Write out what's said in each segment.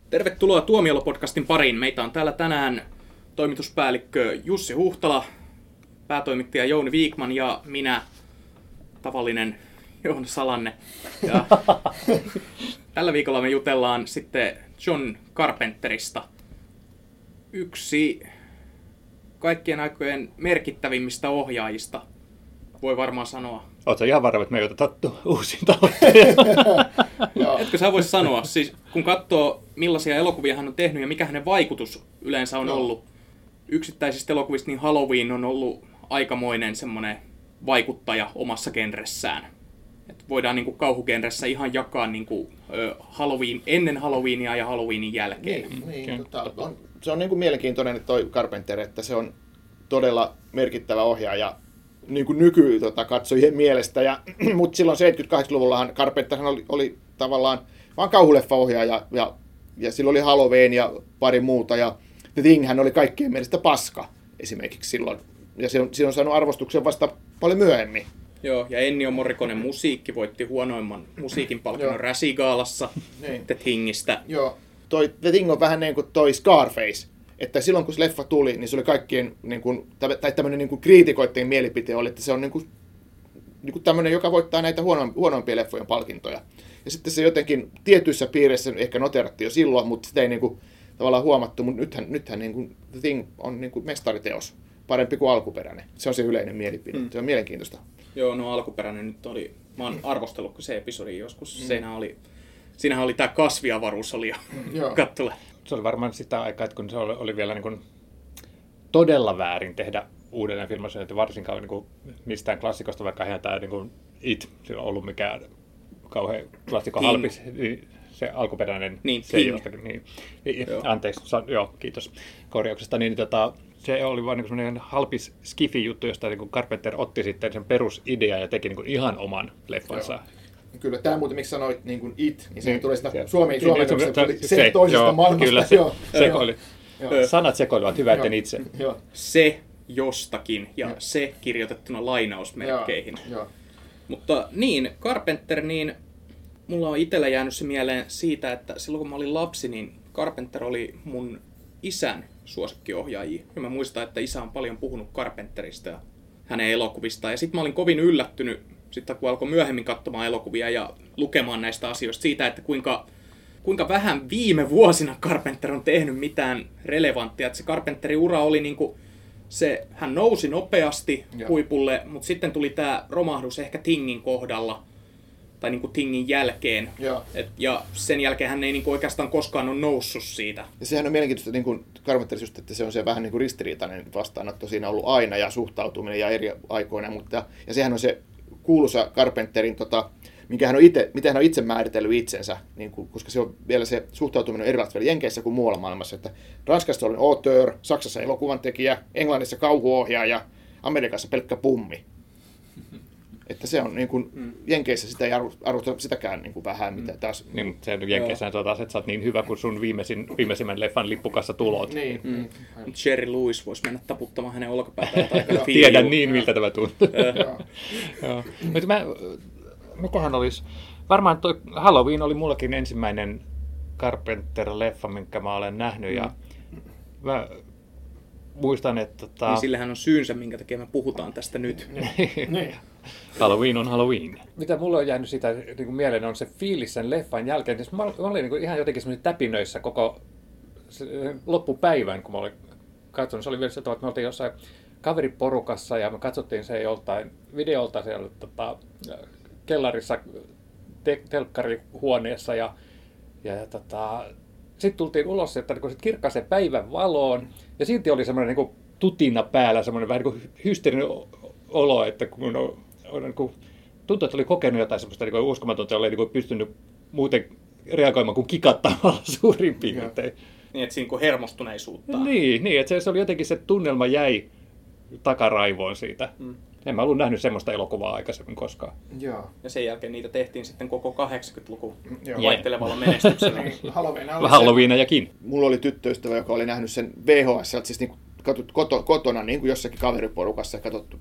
Tervetuloa Tuomiolo-podcastin pariin. Meitä on täällä tänään toimituspäällikkö Jussi Huhtala, päätoimittaja Jouni Viikman ja minä, tavallinen Joona Salanne. Ja tällä viikolla me jutellaan sitten John Carpenterista. Yksi kaikkien aikojen merkittävimmistä ohjaajista, voi varmaan sanoa. Oletko ihan varma, että me ei oteta uusiin tavoitteita? Etkö sä voisi sanoa, siis kun katsoo millaisia elokuvia hän on tehnyt ja mikä hänen vaikutus yleensä on ollut. Yksittäisistä elokuvista niin Halloween on ollut aikamoinen semmoinen vaikuttaja omassa genressään. Et voidaan niinku kauhugenressä ihan jakaa niinku, Halloween, ennen Halloweenia ja Halloweenin jälkeen. Se on niinku mielenkiintoinen toi Carpenter, että se on todella merkittävä ohjaaja niin kuin katsojien mielestä. Mutta silloin 70-80-luvullahan Carpenter oli tavallaan vaan kauhuleffa-ohjaaja ja silloin oli Halloween ja pari muuta. Ja The Thing hän oli kaikkien mielestä paska esimerkiksi silloin. Ja se on saanut arvostuksen vasta paljon myöhemmin. Joo, ja Ennio Morriconen musiikki voitti huonoimman musiikin palkinnon Razzie-gaalassa The Thingistä. Joo, toi The Thing on vähän niin kuin toi Scarface. Että silloin kun se leffa tuli, niin se oli kaikkien, niin kuin, tai tämmöinen niin kuin kriitikoitteen mielipite oli, että se on niin kuin tämmöinen, joka voittaa näitä huonoimpia leffojen palkintoja. Ja sitten se jotenkin tietyissä piireissä ehkä noterattiin jo silloin, mutta sitä ei niin kuin, tavallaan huomattu. Mutta nythän niin kuin, The Thing on niin kuin mestariteos, parempi kuin alkuperäinen. Se on se yleinen mielipide. Se on mielenkiintoista. Joo, no alkuperäinen nyt oli, mä oon arvostellut se episodi joskus. Siinähän oli tämä kasviavaruus oli jo kattola. Se oli varmaan sitä aikaa, että kun se oli vielä niin kuin todella väärin tehdä uudelleen filmasioita, varsinkaan niin kuin mistään klassikosta, vaikka eihän tämä niin kuin It sillä on ollut mikään kauhean klassikko halpis, niin se alkuperäinen, se jostakin, anteeksi, kiitos korjauksesta, niin se oli vain niin sellainen halpis skifi-juttu, josta niin kuin Carpenter otti sitten sen perusidea ja teki niin kuin ihan oman leffansa. Joo. Kyllä, tämä muuten, miksi sanoit niin kuin It, niin se tulee sitä suomennoksesta, tuli se toisesta maailmasta. Kyllä, sekoili. Sanat sekoilivat, hyvä, etten itse. Se jostakin ja se kirjoitettuna lainausmerkkeihin. Mutta niin, Carpenter, niin mulla on itsellä jäänyt se mieleen siitä, että silloin kun mä olin lapsi, niin Carpenter oli mun isän suosikkiohjaajia. Ja mä muistan, että isä on paljon puhunut Carpenterista ja hänen elokuvistaan. Ja sitten mä olin kovin yllättynyt, sitten kun alkoi myöhemmin katsomaan elokuvia ja lukemaan näistä asioista siitä, että kuinka vähän viime vuosina Carpenter on tehnyt mitään relevanttia. Että se Carpenterin ura oli niinku, hän nousi nopeasti huipulle, mutta sitten tuli tämä romahdus ehkä Thingin kohdalla, tai niinku Thingin jälkeen. Ja sen jälkeen hän ei niinku oikeastaan koskaan ole noussut siitä. Ja sehän on mielenkiintoista niin Carpenterissa just, että se on se vähän niin kuin ristiriitainen vastaanotto siinä ollut aina ja suhtautuminen ja eri aikoina. Ja sehän on se kuuluisa Carpenterin, miten hän on itse määritellyt itsensä, niin koska se on vielä se suhtautuminen on erilaista vielä Jenkeissä kuin muualla maailmassa. Että Ranskassa olen auteur, Saksassa elokuvan tekijä, Englannissa kauhuohjaaja, Amerikassa pelkkä pummi. Että se on niin kuin, Jenkeissä sitä ei arvota sitäkään niin kuin vähän, mitä taas. Niin, mutta se Jenkeissä on taas, että sä oot niin hyvä kuin sun viimeisimmän leffan lippukassa tulot. Jerry Lewis voisi mennä taputtamaan hänen olkapäätään. Tiedän niin, miltä tämä tuntuu. Mutta mitähän olisi? Varmaan toi Halloween oli mullakin ensimmäinen Carpenter-leffa, minkä mä olen nähnyt. Ja mä muistan, että niin sillähän on syynsä, minkä takia me puhutaan tästä nyt. Halloween on Halloween. Mitä mulla on jäänyt sitä niin mieleen on se fiilis sen leffan jälkeen. Mä olin niin ihan jotenkin semmoinen täpinöissä koko loppupäivän, kun mä olin katsonut. Se oli vielä se, että me oltiin jossain kaveriporukassa ja me katsottiin se joltain videolta siellä kellarissa telkkarihuoneessa ja sitten tultiin ulos, että kun kirkkaaseen päivän valoon ja silti oli semmoinen niin tutina päällä, semmoinen vähän niin hysteerinen olo, että kun on niin kuin, tuntui, että oli kokenut jotain semmoista niin uskomatonta, oli niin pystynyt muuten reagoimaan kuin kikattamalla suurin piirtein. Niin, että siinä kuin hermostuneisuutta. Niin, että se oli jotenkin se tunnelma jäi takaraivoon siitä. En mä ollut nähnyt semmoista elokuvaa aikaisemmin koskaan. Joo. Ja sen jälkeen niitä tehtiin sitten koko 80-luku vaihtelevalla menestyksellä. Halloweenajakin. Mulla oli tyttöystävä, joka oli nähnyt sen VHS, siis niin kotona niin kuin jossakin kaveriporukassa ja katsottu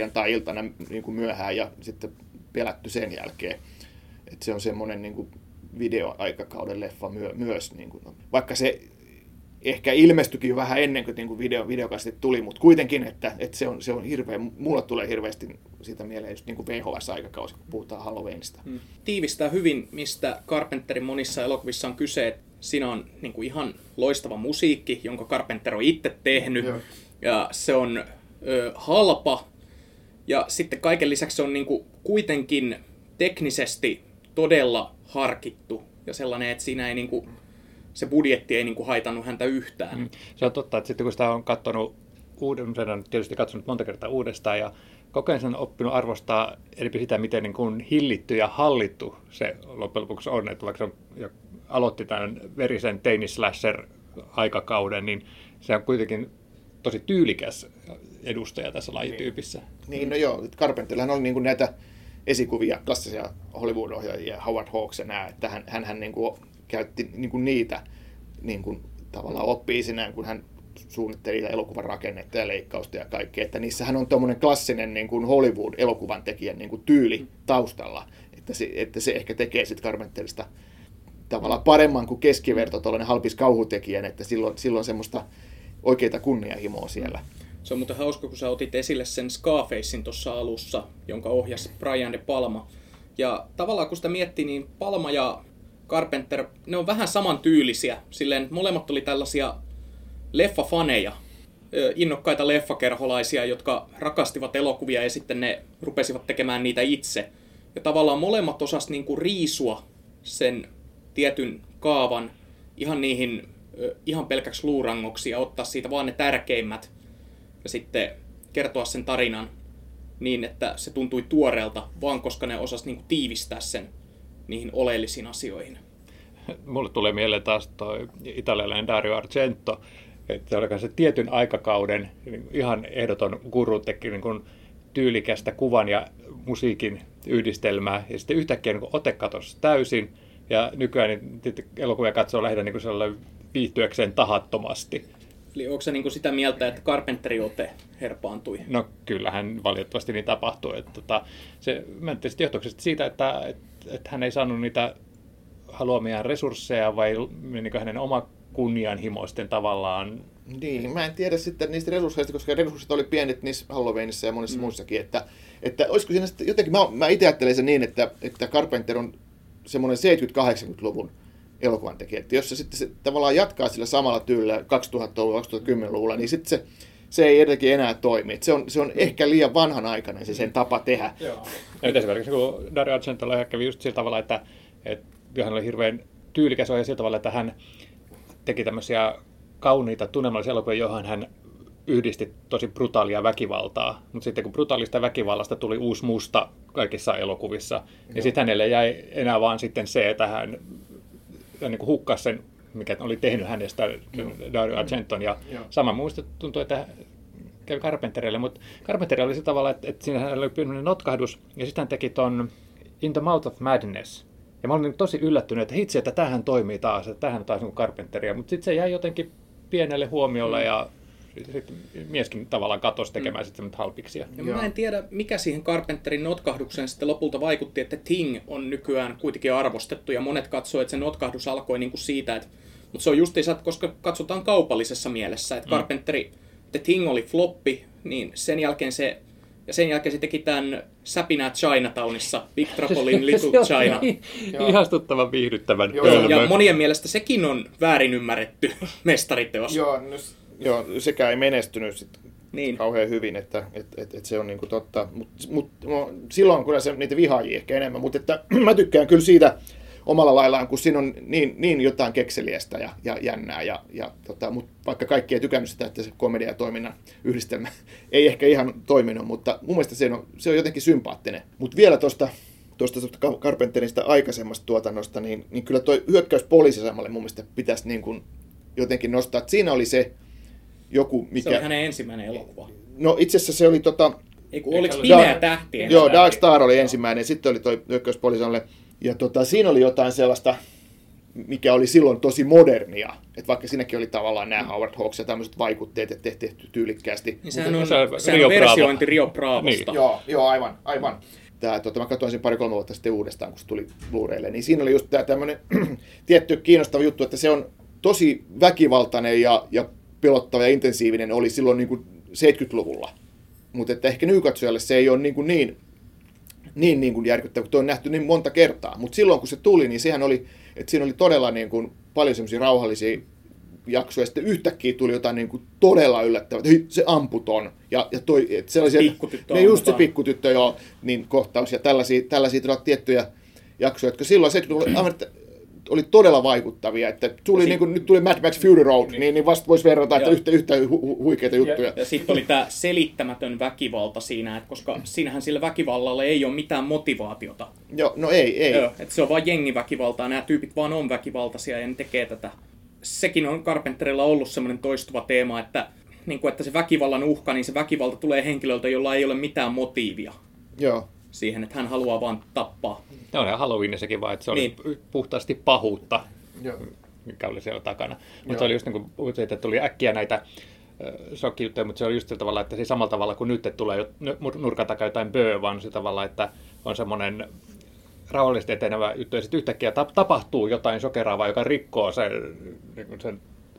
perjantai-iltana niin kuin myöhään ja sitten pelätty sen jälkeen. Et se on semmoinen niin kuin videoaikakauden leffa myös. Niin kuin, vaikka se ehkä ilmestyikin jo vähän ennen kuin, videokastit tuli, mutta kuitenkin, että se on hirveä, mulle tulee hirveästi siitä mieleen just niin kuin VHS-aikakausi, kun puhutaan Halloweenista. Tiivistää hyvin, mistä Carpenterin monissa elokuvissa on kyse. Siinä on niin kuin ihan loistava musiikki, jonka Carpenter on itse tehnyt, ja se on halpa, ja sitten kaiken lisäksi se on niin kuin kuitenkin teknisesti todella harkittu, ja sellainen, että siinä ei niin kuin, se budjetti ei niin kuin haitannut häntä yhtään. Se on totta, että sitten kun sitä on katsonut uudestaan, tietysti katsonut monta kertaa uudestaan, ja koko ajan on oppinut arvostaa eri sitä, miten niin kuin hillitty ja hallittu se loppujen lopuksi on, että vaikka se aloitti tämän verisen teini-slasher-aikakauden, niin se on kuitenkin tosi tyylikäs edustaja tässä lajityypissä. Niin, no joo, Carpenterilla oli niin kuin näitä esikuvia, klassisia Hollywood-ohjaajia, Howard Hawks ja nämä, että hän niin kuin käytti niin kuin niitä niin kuin tavallaan oppi-isinään, kun hän suunnitteli elokuvan rakennetta ja leikkausta ja kaikkea, että niissähän on tuommoinen klassinen niin kuin Hollywood-elokuvan tekijän niin kuin tyyli taustalla, että se ehkä tekee sitten Carpenterista tavallaan paremman kuin keskiverto tuollainen halpis kauhutekijän, että silloin semmoista oikeita kunnianhimoa siellä. Se on muuten hauska, kun sä otit esille sen Scarfacein tuossa alussa, jonka ohjasi Brian De Palma. Ja tavallaan kun sitä miettii, niin Palma ja Carpenter, ne on vähän samantyylisiä. Silleen molemmat oli tällaisia leffafaneja, innokkaita leffakerholaisia, jotka rakastivat elokuvia ja sitten ne rupesivat tekemään niitä itse. Ja tavallaan molemmat osas niinku riisua sen tietyn kaavan ihan pelkäksi luurangoksi ja ottaa siitä vaan ne tärkeimmät ja sitten kertoa sen tarinan niin, että se tuntui tuoreelta, vaan koska ne osas niinku tiivistää sen niihin oleellisiin asioihin. Mulle tulee mieleen taas toi italialainen Dario Argento, että oli se tietyn aikakauden ihan ehdoton guru, teki niin kuin tyylikästä kuvan ja musiikin yhdistelmää, ja sitten yhtäkkiä niin ote katosi täysin, ja nykyään niin elokuvia katsoo lähinnä niin sellainen viihtyäkseen tahattomasti. Eli onko se niin sitä mieltä, että Carpenterin ote herpaantui? No kyllähän valitettavasti niin tapahtui. Se mentäisi johtoksesta siitä, että hän ei saanut niitä haluamiaan resursseja, vai menikö hänen oma kunnianhimoisten tavallaan. Niin, mä en tiedä sitten niistä resursseista, koska resurssit oli pienet niissä Halloweenissa ja monissa muissakin, että olisiko siinä sitten jotenkin, mä itse ajattelen sen niin, että Carpenter on semmoinen 70-80-luvun elokuvan tekijä, että jos se tavallaan jatkaa sillä samalla tyylillä 2000-luvulla, 2010-luvulla, niin sitten se ei edelläkin enää toimi. Että se on ehkä liian vanhanaikainen se sen tapa tehdä. Joo. Esimerkiksi kun Dario Argentolla kävi just sillä tavalla, että hän oli hirveän tyylikäs ohjaaja sillä tavalla, että hän teki tämmöisiä kauniita tunnelmallisia elokuvia, johon hän yhdisti tosi brutaalia väkivaltaa. Mutta sitten kun brutaalista väkivallasta tuli uusi musta kaikissa elokuvissa, niin sitten hänelle jäi enää vaan sitten se, että hän niin kuin hukkasi sen, mikä oli tehnyt hänestä Dario Argenton. Ja sama muista tuntui, että kävi Carpenterille, mutta Carpenter oli se tavalla, että siinä hänellä oli pieni notkahdus, ja sitten hän teki ton In the Mouth of Madness. Ja mä olin tosi yllättynyt, että hitsi, että tämähän toimii taas, että tämähän on taas niin Carpenteria, mutta sitten se jäi jotenkin pienelle huomiolle ja sitten mieskin tavallaan katosi tekemään sitten halpiksia. Ja mä en tiedä, mikä siihen Carpenterin notkahdukseen sitten lopulta vaikutti, että Thing on nykyään kuitenkin arvostettu ja monet katsoo, että se notkahdus alkoi niin kuin siitä, mutta se on justiinsa, koska katsotaan kaupallisessa mielessä, että Carpenteri, The Thing oli floppi, niin sen jälkeen se teki tämän säpinää Chinatownissa, Big Trouble in Little China. Ihastuttavan viihdyttävän. Ja monien mielestä sekin on väärin ymmärretty mestariteos. Joo, sekään ei menestynyt sit kauhean hyvin, että se on niinku totta. Mut silloin on kyllä niitä vihaajia ehkä enemmän, mutta että mä tykkään kyllä siitä omalla laillaan, kun siinä on niin jotain kekseliästä ja jännää. Mutta vaikka kaikki ei tykännyt sitä, että se komedia ja toiminnan yhdistelmä ei ehkä ihan toiminut, mutta mun mielestä se on jotenkin sympaattinen. Mutta vielä tuosta Carpenterin aikaisemmasta tuotannosta, niin kyllä toi Hyökkäys poliisiasemalle mun mielestä pitäisi niin kuin jotenkin nostaa. Että siinä oli se joku, mikä... Se oli hänen ensimmäinen elokuva. No itse asiassa se oli oliko Pimeä tähti? Joo, Dark Star oli ensimmäinen, sitten oli toi Hyökkäys poliisiasemalle. Ja siinä oli jotain sellaista, mikä oli silloin tosi modernia. Että vaikka siinäkin oli tavallaan nämä Howard Hawks ja tämmöiset vaikutteet, että tehty tyylikkäästi. Niin sehän on versiointi Rio Bravosta. Niin. Joo, aivan. mä katsoin sen 2-3 vuotta sitten uudestaan, kun se tuli Blu-raylle, niin siinä oli just tämä tämmöinen tietty kiinnostava juttu, että se on tosi väkivaltainen ja pelottava ja intensiivinen oli silloin niin kuin 70-luvulla. Mutta että ehkä nykykatsojalle se ei ole niin kuin järkyttävä, kun tuo on nähty niin monta kertaa. Mutta silloin kun se tuli, niin sehän oli, että siinä oli todella niin kuin paljon semmoisia rauhallisia jaksoja, ja sitten yhtäkkiä tuli jotain niin kuin todella yllättävää, että hei, se ampui ton. Ja toi, että sellaisia, pikkutyttö just se pikkutyttö, joo, niin kohtaus ja tällaisia tiettyjä jaksoja, jotka silloin 70-luvulla oli todella vaikuttavia, että tuli, niin kuin, nyt tuli Mad Max Fury Road, niin vasta voisi verrata, että yhtä huikeita juttuja. Ja sitten oli tämä selittämätön väkivalta siinä, että koska siinähän sillä väkivallalla ei ole mitään motivaatiota. Joo, no ei. Joo, että se on vaan jengiväkivaltaa, nämä tyypit vaan on väkivaltaisia ja ne tekee tätä. Sekin on Carpenterilla ollut semmoinen toistuva teema, että, niin kuin, että se väkivallan uhka, niin se väkivalta tulee henkilöltä, jolla ei ole mitään motiivia. Joo. Siihen, että hän haluaa vaan tappaa. Joo, ja Halloweenissakin vaan, että se oli puhtaasti pahuutta, mikä oli siellä takana. Mutta oli just niin kuin puhuttiin, että tuli äkkiä näitä shokkijuttuja, mutta se oli just sillä tavalla, että se samalla tavalla kuin nyt, että tulee nurkan takaa jotain vaan sillä tavalla, että on semmoinen rauhallisesti etenevä juttu, ja sitten yhtäkkiä tapahtuu jotain shokeraavaa, joka rikkoo sen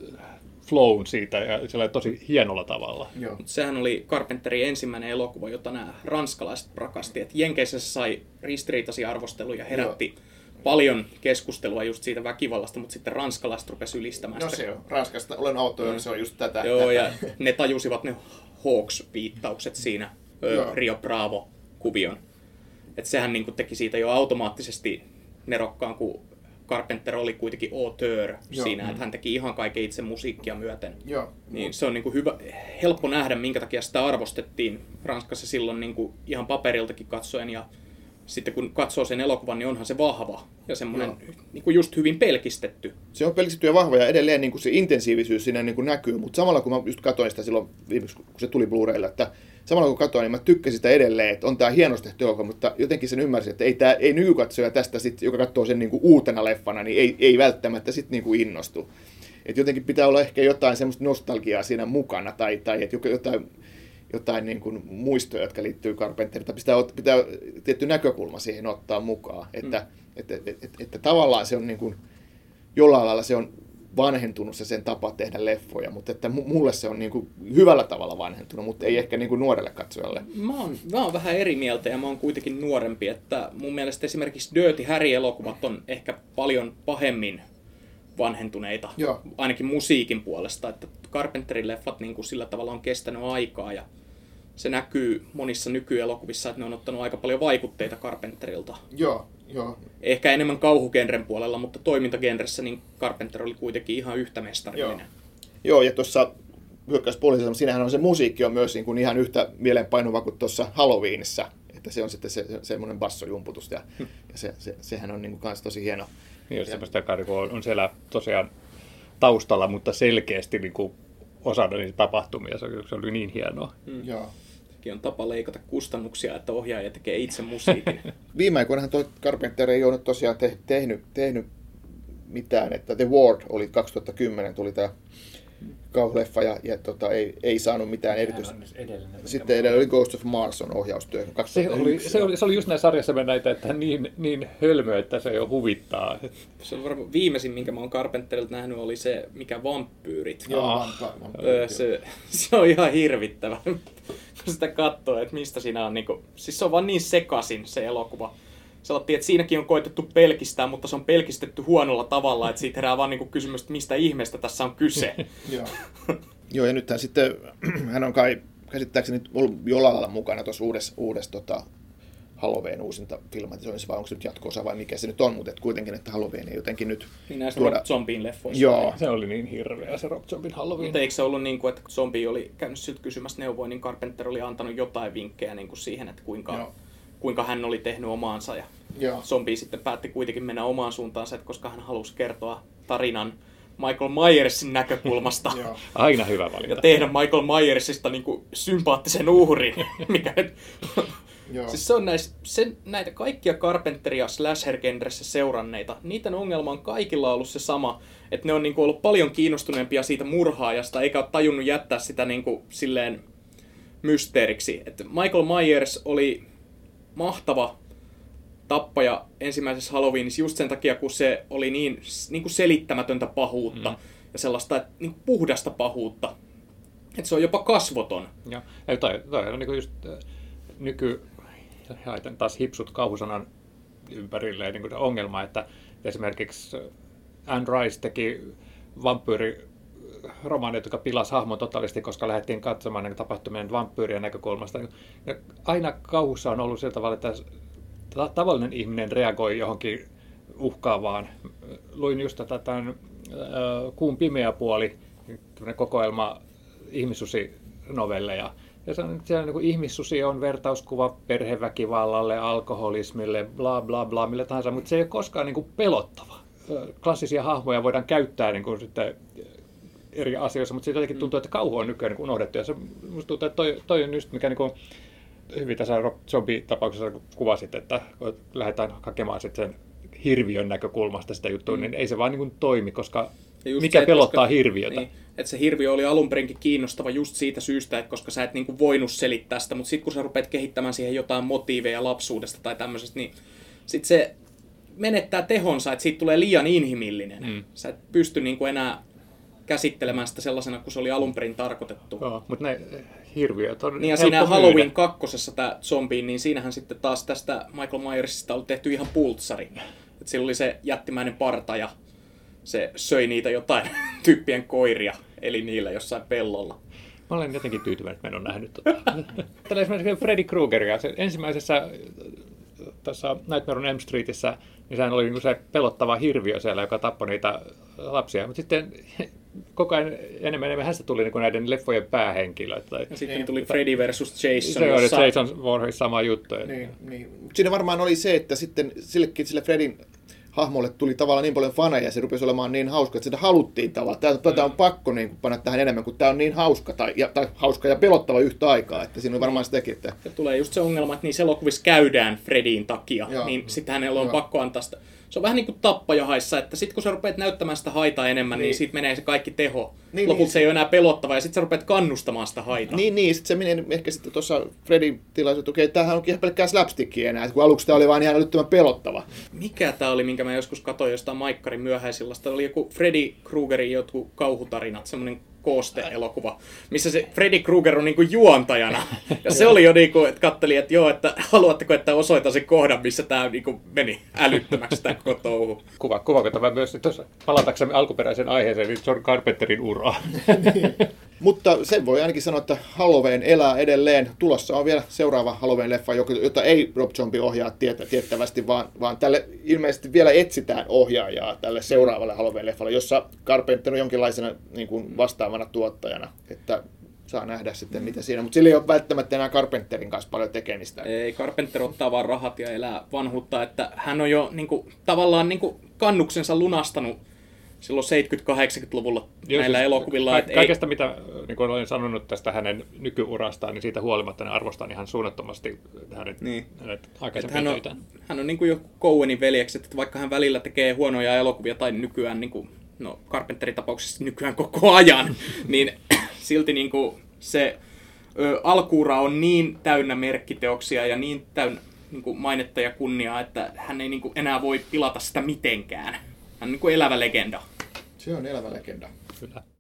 flown siitä, ja sillä tosi hienolla tavalla. Joo. Sehän oli Carpenterin ensimmäinen elokuva, jota nämä ranskalaiset rakasti. Et Jenkeissä se sai ristiriitaisia arvosteluja, herätti paljon keskustelua just siitä väkivallasta, mutta sitten ranskalaiset rupesi ylistämään sitä. No se on. Ranskasta olen autoilla, se on just tätä. Joo, ja ne tajusivat ne Hawks-viittaukset siinä Rio Bravo-kuvion. Että sehän niin kuin teki siitä jo automaattisesti nerokkaan, kun Carpenter oli kuitenkin auteur siinä, että hän teki ihan kaiken itse musiikkia myöten. Joo. Niin se on niin kuin helppo nähdä, minkä takia sitä arvostettiin Ranskassa silloin niin kuin ihan paperiltakin katsoen. Ja sitten kun katsoo sen elokuvan, niin onhan se vahva ja semmoinen niin kuin just hyvin pelkistetty. Se on pelkistetty ja vahva ja edelleen niin kuin se intensiivisyys siinä niin kuin näkyy, mutta samalla kun mä just katsoin sitä silloin viimeksi, kun se tuli Blu-raylla, että samalla kun katsoin, niin mä tykkäsin sitä edelleen, että on tää hienosti tehty elokuva, mutta jotenkin sen ymmärsin, että ei nykykatsoja tästä, sit, joka katsoo sen niin kuin uutena leffana, niin ei välttämättä sit niin kuin innostu. Et jotenkin pitää olla ehkä jotain semmoista nostalgiaa siinä mukana tai että jotain niin kuin muistoja, jotka liittyy Carpenterilta. Pitää tietty näkökulma siihen ottaa mukaan. Että tavallaan se on niin kuin, jollain lailla se on vanhentunut se sen tapa tehdä leffoja, mutta että mulle se on niin kuin hyvällä tavalla vanhentunut, mutta ei ehkä niin kuin nuorelle katsojalle. Mä oon vähän eri mieltä ja mä oon kuitenkin nuorempi, että mun mielestä esimerkiksi Dirty Harry-elokuvat on ehkä paljon pahemmin vanhentuneita, ainakin musiikin puolesta, että Carpenterin leffat niin kuin sillä tavalla on kestänyt aikaa ja se näkyy monissa nykyelokuvissa, että ne on ottanut aika paljon vaikutteita Carpenterilta. Joo. Ehkä enemmän kauhugenren puolella, mutta toimintagenressä niin Carpenter oli kuitenkin ihan yhtä mestarillinen. Joo, ja tuossa Hyökkäyspoliisissa, siinähän on se musiikki on myös niin kuin ihan yhtä mieleenpainuva kuin tuossa Halloweenissa, että se on sitten semmoinen bassojumputus ja sehän on niin kuin kans tosi hieno. Niin, jos semmoista on siellä tosiaan taustalla, mutta selkeästi niin kuin osana niitä tapahtumia, se oli niin hienoa. Joo. On tapa leikata kustannuksia, että ohjaaja tekee itse musiikin. Viime aikoinahan tuo Carpenter ei ole tosiaan tehnyt mitään, että The Ward oli 2010, tuli tämä kauhuleffa ja ei saanut mitään erityistä. Sitten edellä oli Ghost of Mars on ohjaustyö. Se oli just näin sarjassa näitä, että niin hölmö, että se jo huvittaa. Se on varmaan viimeisin, minkä mä oon Carpenterilta nähnyt, oli se, mikä Vampyyrit. Se on ihan hirvittävä, kun sitä katsoo, että mistä siinä on. Siis se on vaan niin sekaisin se elokuva. Sanottiin, että siinäkin on koetettu pelkistää, mutta se on pelkistetty huonolla tavalla, että siitä herää vaan kysymys, että mistä ihmeestä tässä on kyse. Joo, ja nythän sitten hän on kai käsittääkseni ollut jollain lailla mukana tuossa uudessa Halloween uusinta filmatisoinnissa, vai onko se nyt jatko-osa vai mikä se nyt on, mutta kuitenkin, että Halloween ei jotenkin nyt niin näissä Rob Zombien leffoissa. Joo. Se oli niin hirveä se Rob Zombien Halloween. Mutta eikö se ollut niin kuin, että Zombie oli käynyt siltä kysymässä neuvoa, niin Carpenter oli antanut jotain vinkkejä niin kuin siihen, että kuinka hän oli tehnyt omaansa. Ja Zombie sitten päätti kuitenkin mennä omaan suuntaansa, että koska hän halusi kertoa tarinan Michael Myersin näkökulmasta. Aina hyvä valinta. Ja tehdä Michael Myersista niin kuin sympaattisen uhrin. Mikä nyt... Siis se on näitä kaikkia Carpenteria slasher-genressä seuranneita. Niiden ongelma on kaikilla ollut se sama, että ne on niin kuin ollut paljon kiinnostuneempia siitä murhaajasta, eikä ole tajunnut jättää sitä niin kuin silleen mysteeriksi. Että Michael Myers oli mahtava tappaja ensimmäisessä Halloweenissa just sen takia, kun se oli niin kuin selittämätöntä pahuutta ja sellaista niin kuin puhdasta pahuutta, että se on jopa kasvoton. Joo, toi on niin kuin just laitan taas hipsut kauhusanan ympärille niin kuin ongelma, että esimerkiksi Anne Rice teki vampyyriromaaneja, jotka pilasi hahmon totaalisesti, koska lähdettiin katsomaan niin tapahtumien vampyyrien näkökulmasta. Ja aina kauhussa on ollut sillä tavalla, että tavallinen ihminen reagoi johonkin uhkaavaan. Luin just tämän Kuun pimeä puoli, kokoelma ihmissusinovelleja. Ja siellä niin ihmissusi on vertauskuva perheväkivallalle, alkoholismille, bla bla bla, millä tahansa, mutta se ei ole koskaan niin kuin pelottava. Klassisia hahmoja voidaan käyttää niin kuin sitten eri asioissa, mutta siitä jotenkin tuntuu, että kauhu on nykyään niin unohdettu. Ja se musta tuntuu, että toi on just mikä niin kuin hyvin tässä Rob Zombie-tapauksessa kuvasit, että kun lähdetään hakemaan sitten sen hirviön näkökulmasta sitä juttua, niin ei se vaan niin kuin toimi, koska mikä se, pelottaa hirviötä. Niin, että se hirviö oli alunperinkin kiinnostava just siitä syystä, että koska sä et niin kuin voinut selittää sitä, mutta sitten kun sä rupeat kehittämään siihen jotain motiiveja lapsuudesta tai tämmöisestä, niin sitten se menettää tehonsa, että siitä tulee liian inhimillinen. Sä et pysty niin kuin enää käsittelemään sitä sellaisena, kun se oli alunperin tarkoitettu. Joo, mutta ne hirviöt on niin ja siinä Halloween 2. tämä zombiin, niin siinähän sitten taas tästä Michael Myersista oli tehty ihan pultsari. Että sillä oli se jättimäinen parta ja se söi niitä jotain tyyppien koiria, eli niillä jossain pellolla. Mä olen jotenkin tyytyväinen, että mä en ole nähnyt Tällä esimerkiksi Freddy Kruegeria. Se ensimmäisessä tässä Nightmare on Elm Streetissä, niin sehän oli niin se pelottava hirviö siellä, joka tappoi niitä lapsia. Mutta sitten koko ajan enemmän hänestä tuli niin näiden leffojen päähenkilöitä. Ja sitten tuli Freddy versus Jason. Se oli Jason Voorhees sama juttu. Niin. Siinä varmaan oli se, että sitten sille Freddyn hahmolle tuli tavallaan niin paljon faneja ja se rupesi olemaan niin hauska, että sitä haluttiin tavallaan. Tätä on pakko niin kuin panna tähän enemmän, kun tämä on niin hauska tai hauska ja pelottava yhtä aikaa. Että siinä on varmaan sitäkin. Että ja tulee just se ongelma, että niissä elokuvissa käydään Freddyn takia, niin sitten hänellä on pakko antaa sitä. Se on vähän niin kuin tappajahaissa, että sitten kun sä rupeat näyttämään sitä haitaa enemmän, niin siitä menee se kaikki teho. Lopulta se ei ole enää pelottava ja sitten sä rupeat kannustamaan sitä haitaa. Niin, sitten se menee ehkä sitten tuossa Freddyn tilaisuudessa, että tämähän onkin ihan pelkkää slapstickia enää, kun aluksi tämä oli vaan ihan älyttömän pelottava. Mikä tämä oli, minkä mä joskus katsoin jostain Maikkarin myöhäisillasta? Oli joku Freddy Kruegerin jotkut kauhutarinat, semmoinen kooste-elokuva, missä se Freddy Krueger on niinku juontajana. Ja se oli jo niinku, että katselin, että joo, että haluatteko, että osoitan sen kohdan, missä tämä niinku meni älyttömäksi tämä koko touhu. Kuvaako tämä myös tuossa palataksemme alkuperäisen aiheeseen, niin John Carpenterin uraa. Mutta sen voi ainakin sanoa, että Halloween elää edelleen. Tulossa on vielä seuraava Halloween-leffa, jota ei Rob Zombie ohjaa tiettävästi, vaan tälle ilmeisesti vielä etsitään ohjaajaa tälle seuraavalle Halloween-leffalle, jossa Carpenter on jonkinlaisena niin kuin vastaavana tuottajana. Että saa nähdä sitten mitä siinä, mutta sillä ei ole välttämättä enää Carpenterin kanssa paljon tekemistä. Ei, Carpenter ottaa vaan rahat ja elää vanhuutta, että hän on jo niin kuin, tavallaan niin kuin kannuksensa lunastanut silloin 70-80-luvulla näillä elokuvilla. Kaikesta, mitä niin kuin olen sanonut tästä hänen nykyurastaan, niin siitä huolimatta ne arvostan ihan suunnattomasti hänet aikaisempia töitään. Hän on niin kuin joku Coenin veljekset, että vaikka hän välillä tekee huonoja elokuvia tai nykyään, niin kuin, Carpenterin tapauksessa nykyään koko ajan, niin silti niin kuin se alkuura on niin täynnä merkkiteoksia ja niin täynnä niin kuin mainetta ja kunniaa, että hän ei niin kuin enää voi pilata sitä mitenkään. Hän on niin kuin elävä legenda. Se on elävä legenda. Kyllä.